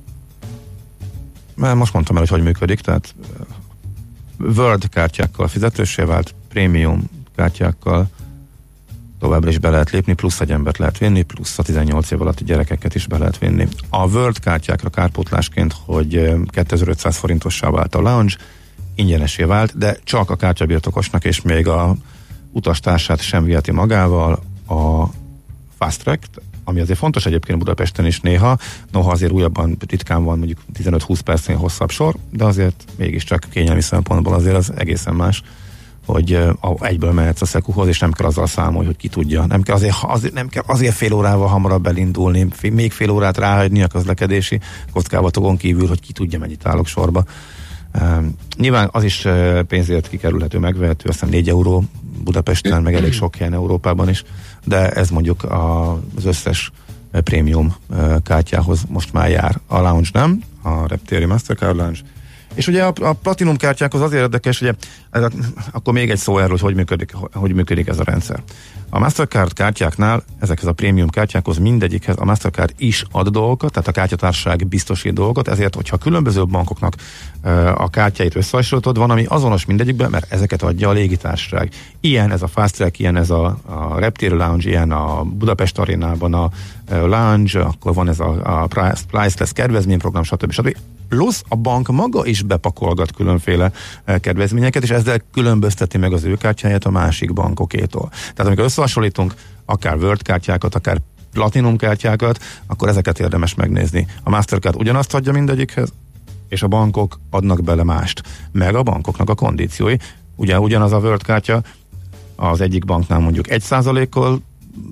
Már most mondtam el, hogy hogy működik, tehát World kártyákkal fizetőssé vált, Premium kártyákkal továbbra is be lehet lépni, plusz egy embert lehet vinni, plusz a tizennyolc év alatti gyerekeket is be lehet vinni. A World kártyákra kárpótlásként, hogy kétezer-ötszáz forintossá vált a Lounge, ingyenesé vált, de csak a kártyabirtokosnak, és még a utastársát sem viheti magával a Fast Track, ami azért fontos egyébként Budapesten is néha, noha azért újabban ritkán van mondjuk tizenöt-húsz percnél hosszabb sor, de azért mégiscsak kényelmi szempontból azért az egészen más, hogy egyből mehetsz a Szekuhoz, és nem kell azzal számolni, hogy ki tudja. Nem kell azért, azért, nem kell azért fél órával hamarabb elindulni, még fél órát ráhagyni a közlekedési kockávatokon kívül, hogy ki tudja, mennyit állok sorba. Uh, nyilván az is uh, pénzért kikerülhető, megvehető, azt hiszem négy euró Budapesten, meg elég sok helyen Európában is, de ez mondjuk a, az összes uh, prémium uh, kártyához most már jár. A Lounge nem, a Reptéri Mastercard Lounge. És ugye a, a Platinum kártyákhoz azért érdekes, ugye ez a, akkor még egy szó erről, hogy hogy működik, hogy működik ez a rendszer. A Mastercard kártyáknál, ezekhez a prémium kártyákhoz mindegyikhez a Mastercard is ad dolgokat, tehát a kártyatársaság biztosít dolgokat, ezért, hogyha különböző bankoknak uh, a kártyáit összehasonlítod, van, ami azonos mindegyikben, mert ezeket adja a légitársaság. Ilyen ez a Fast Track, ilyen ez a, a Reptéri Lounge, ilyen a Budapest Arénában a, a Lounge, akkor van ez a, a Priceless kedvezményprogram, stb. stb. Plusz a bank maga is bepakolgat különféle kedvezményeket, és ezzel különbözteti meg az ő kártyáját a másik bankokétól. Tehát amikor összehasonlítunk akár World kártyákat, akár Platinum kártyákat, akkor ezeket érdemes megnézni. A Mastercard ugyanazt adja mindegyikhez, és a bankok adnak bele mást. Meg a bankoknak a kondíciói. Ugye ugyanaz a World kártya az egyik banknál mondjuk egy százalékkal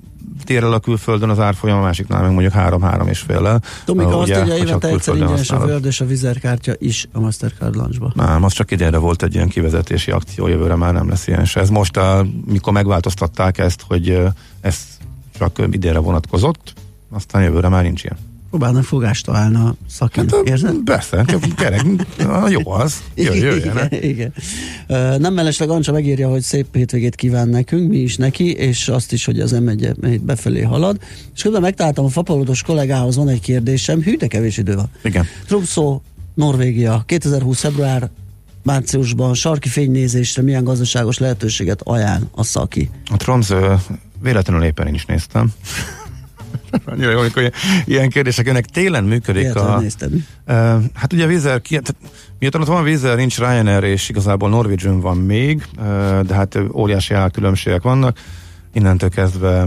tér el a külföldön az árfolyam, a másiknál meg mondjuk három-három és féllel. Tomika azt írja, évente egyszer ingyenes a World és a Visa kártya is a Mastercard Launchba. Nem, az csak idénre volt egy ilyen kivezetési akció, jövőre már nem lesz ilyen se. Ez most, a, mikor megváltoztatták ezt, hogy ez csak idénre vonatkozott, aztán jövőre már nincs ilyen. Próbálnak fogást találni a szakin, hát, érzed? Persze, kerek, jó az, jöjj, jöjjön. Igen, igen. Nem mellesleg Ancsa megírja, hogy szép hétvégét kíván nekünk, mi is neki, és azt is, hogy az em egy befelé halad. És közben megtaláltam a fapadosos kollégához, van egy kérdésem, hű, de kevés idő van. Igen. Tromsø, Norvégia, kétezer-húsz február márciusban sarki fénynézésre milyen gazdaságos lehetőséget ajánl a szaki? A Tromsø véletlenül éppen én is néztem. Annyira jó, amikor ilyen kérdések jönnek. Télen működik Ilyet a... Nézted, uh, hát ugye Wizz Air, miután ott van Wizz Air, nincs Ryanair, és igazából Norwegian van még, uh, de hát óriási árkülönbségek vannak. Innentől kezdve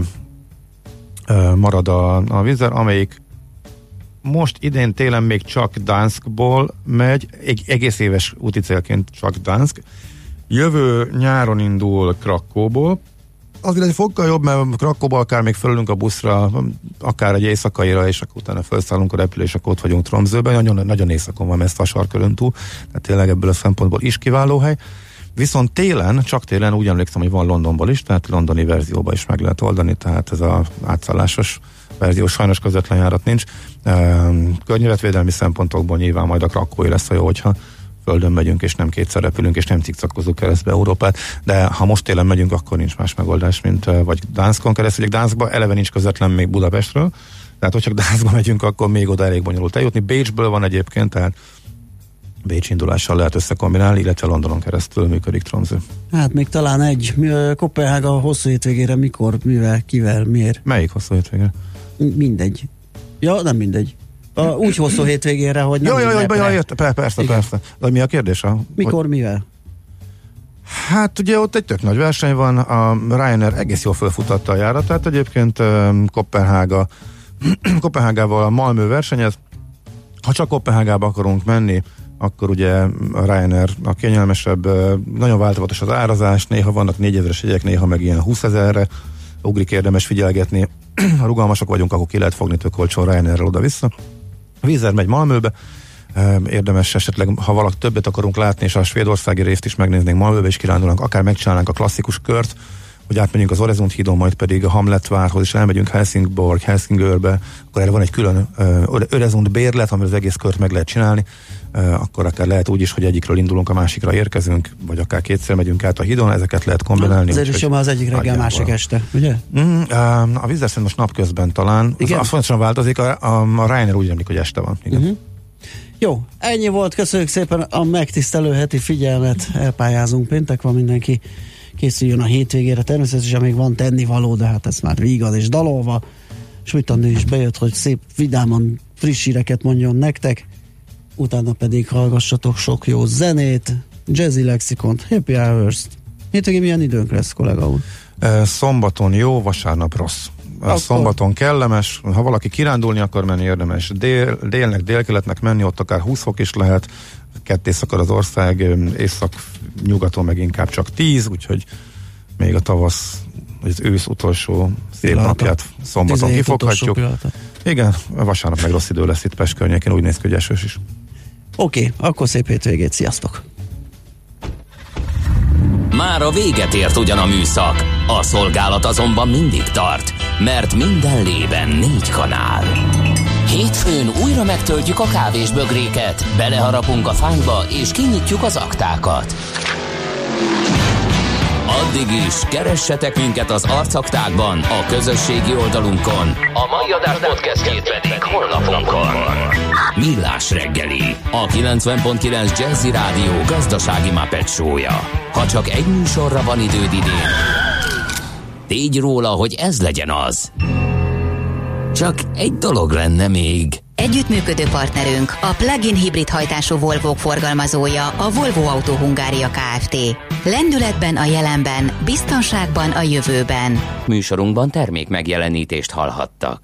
uh, marad a, a Wizz Air, amelyik most idén télen még csak Danskból megy, egy egész éves úti célként csak Dansk. Jövő nyáron indul Krakóból. Azért egy fokkal jobb, mert Krakóba akár még fölülünk a buszra, akár egy éjszakaira, és akkor utána felszállunk a repülő, és akkor ott vagyunk Tromsøben. Nagyon, nagyon éjszakon van ezt a sarkörön túl, tehát tényleg ebből a szempontból is kiváló hely. Viszont télen, csak télen úgy emlékszem, hogy van Londonból is, tehát londoni verzióba is meg lehet oldani, tehát ez az átszállásos verzió, sajnos közvetlen járat nincs. Környezetvédelmi szempontokból nyilván majd a krakói lesz a jó, hogyha földön megyünk, és nem kétszer repülünk, és nem cikcakkozunk keresztbe Európát, de ha most télen megyünk, akkor nincs más megoldás, mint vagy Gdanskon keresztül. Ugye Gdanskba eleve nincs közvetlen még Budapestről, tehát hogyha Gdanskba megyünk, akkor még oda elég bonyolult eljutni. Bécsből van egyébként, tehát Bécs indulással lehet összekombinálni, illetve Londonon keresztül működik Tromsø. Hát még talán egy. Koppenhága hosszú hétvégére mikor, mivel, kivel, miért? Melyik hosszú hétvégére? Mindegy. Ja, nem mindegy. A, úgy hosszú hétvégére, hogy nem. Jó, jó, jó, jó, persze, igen. persze. De mi a kérdés? A, mikor, hogy... mivel? Hát ugye ott egy tök nagy verseny van, a Ryanair egész jól fölfutatta a járatát, egyébként Koppenhága, Koppenhágával a Malmö versenyez. Ha csak Koppenhágába akarunk menni, akkor ugye a Ryanair a kényelmesebb, nagyon változatos az árazás, néha vannak négyezeres jegyek, néha meg ilyen húszezerre ugrik, érdemes figyelgetni. Ha rugalmasak vagyunk, akkor ki lehet fogni tök olcsó Ryanairrel oda-vissza. A Wizz Air megy Malmöbe, érdemes esetleg, ha valaki többet akarunk látni, és a svédországi részt is megnéznénk Malmöbe, és kirándulnánk, akár megcsinálnánk a klasszikus kört, hogy átmegyünk az Öresund hídon, majd pedig a Hamletvárhoz, és elmegyünk Helsingborg, Helsingörbe, akkor erre van egy külön Öresund bérlet, amivel az egész kört meg lehet csinálni, akkor akár lehet úgy is, hogy egyikről indulunk, a másikra érkezünk, vagy akár kétszer megyünk át a hídon, ezeket lehet kombinálni. Azért is jó, az egyik reggel, másik este, ugye? Mm, a Wizz Air szerint most napközben talán, az, az fontosan változik, a, a, a Ryanair úgy emlik, hogy este van. Igen. Uh-huh. Jó, ennyi volt, köszönjük szépen a megtisztelő heti figyelmet, elpályázunk, péntek van, mindenki készüljön a hétvégére, természetesen még van tennivaló, de hát ez már vígan és dalolva, és Újtandő is bejött, hogy szép, vidáman friss híreket mondjon nektek, utána pedig hallgassatok sok jó zenét, Jazzy Lexikont, Happy Hours-t. Hétvégén milyen időnk lesz, kollega úr? Szombaton jó, vasárnap rossz. Akkor... Szombaton kellemes, ha valaki kirándulni akar menni, érdemes dél, délnek, délkeletnek menni, ott akár húsz fok is lehet, ketté szakad az ország, észak-nyugaton meg inkább csak tíz, úgyhogy még a tavasz, vagy az ősz utolsó szép pillanata. Napját szombaton kifoghatjuk. Igen, vasárnap meg rossz idő lesz itt Pest környékén, úgy néz ki, hogy esős is. Oké, okay, akkor szép hétvégét, sziasztok! Már a véget ért ugyan a műszak, a szolgálat azonban mindig tart, mert minden lében négy kanál. Hétfőn újra megtöltjük a kávésbögréket, beleharapunk a fányba és kinyitjuk az aktákat. Addig is keressetek minket az arcaktákban, a közösségi oldalunkon, a mai adás podcastjét pedig honlapunkon. Millás reggeli, a kilencven pont kilenc Jazzy Rádió gazdasági Muppet show-ja. Ha csak egy műsorra van időd idén, tégy róla, hogy ez legyen az. Csak egy dolog lenne még. Együttműködő partnerünk, a plug-in hibrid hajtású Volvók forgalmazója, a Volvo Autó Hungária Kft. Lendületben a jelenben, biztonságban a jövőben. Műsorunkban termék megjelenítést hallhattak.